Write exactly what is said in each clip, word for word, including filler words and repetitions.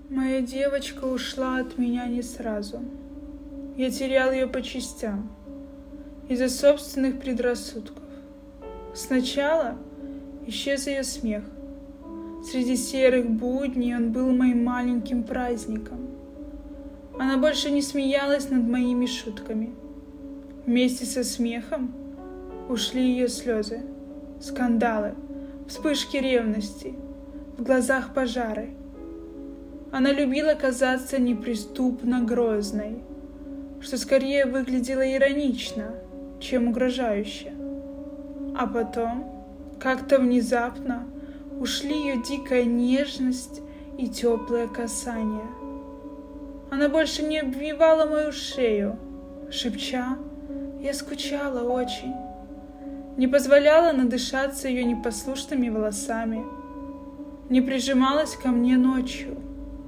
Моя девочка ушла от меня не сразу. Я терял ее по частям, из-за собственных предрассудков. Сначала исчез ее смех. Среди серых будней он был моим маленьким праздником. Она больше не смеялась над моими шутками. Вместе со смехом ушли ее слезы, скандалы, вспышки ревности, в глазах пожары. Она любила казаться неприступно грозной, что скорее выглядело иронично, чем угрожающе. А потом, как-то внезапно, ушли ее дикая нежность и теплое касание. Она больше не обвивала мою шею, шепча: «Я скучала очень», не позволяла надышаться ее непослушными волосами, не прижималась ко мне ночью.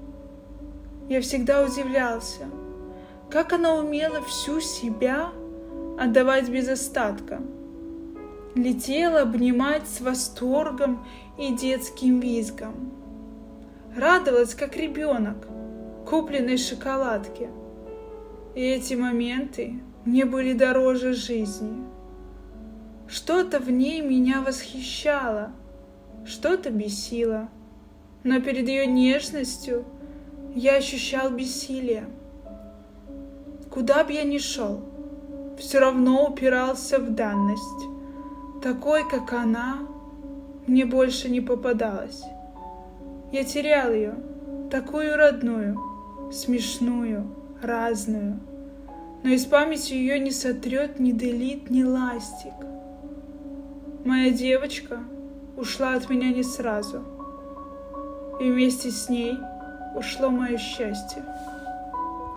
Я всегда удивлялся, как она умела всю себя отдавать без остатка. Летела обнимать с восторгом и детским визгом. Радовалась, как ребенок, купленной шоколадке. И эти моменты мне были дороже жизни. Что-то в ней меня восхищало, что-то бесило. Но перед ее нежностью я ощущал бессилие. Куда б я ни шел, все равно упирался в данность. Такой, как она, мне больше не попадалась. Я терял ее, такую родную, смешную, разную. Но из памяти ее не сотрет ни делит, ни ластик. Моя девочка ушла от меня не сразу, и вместе с ней ушло мое счастье.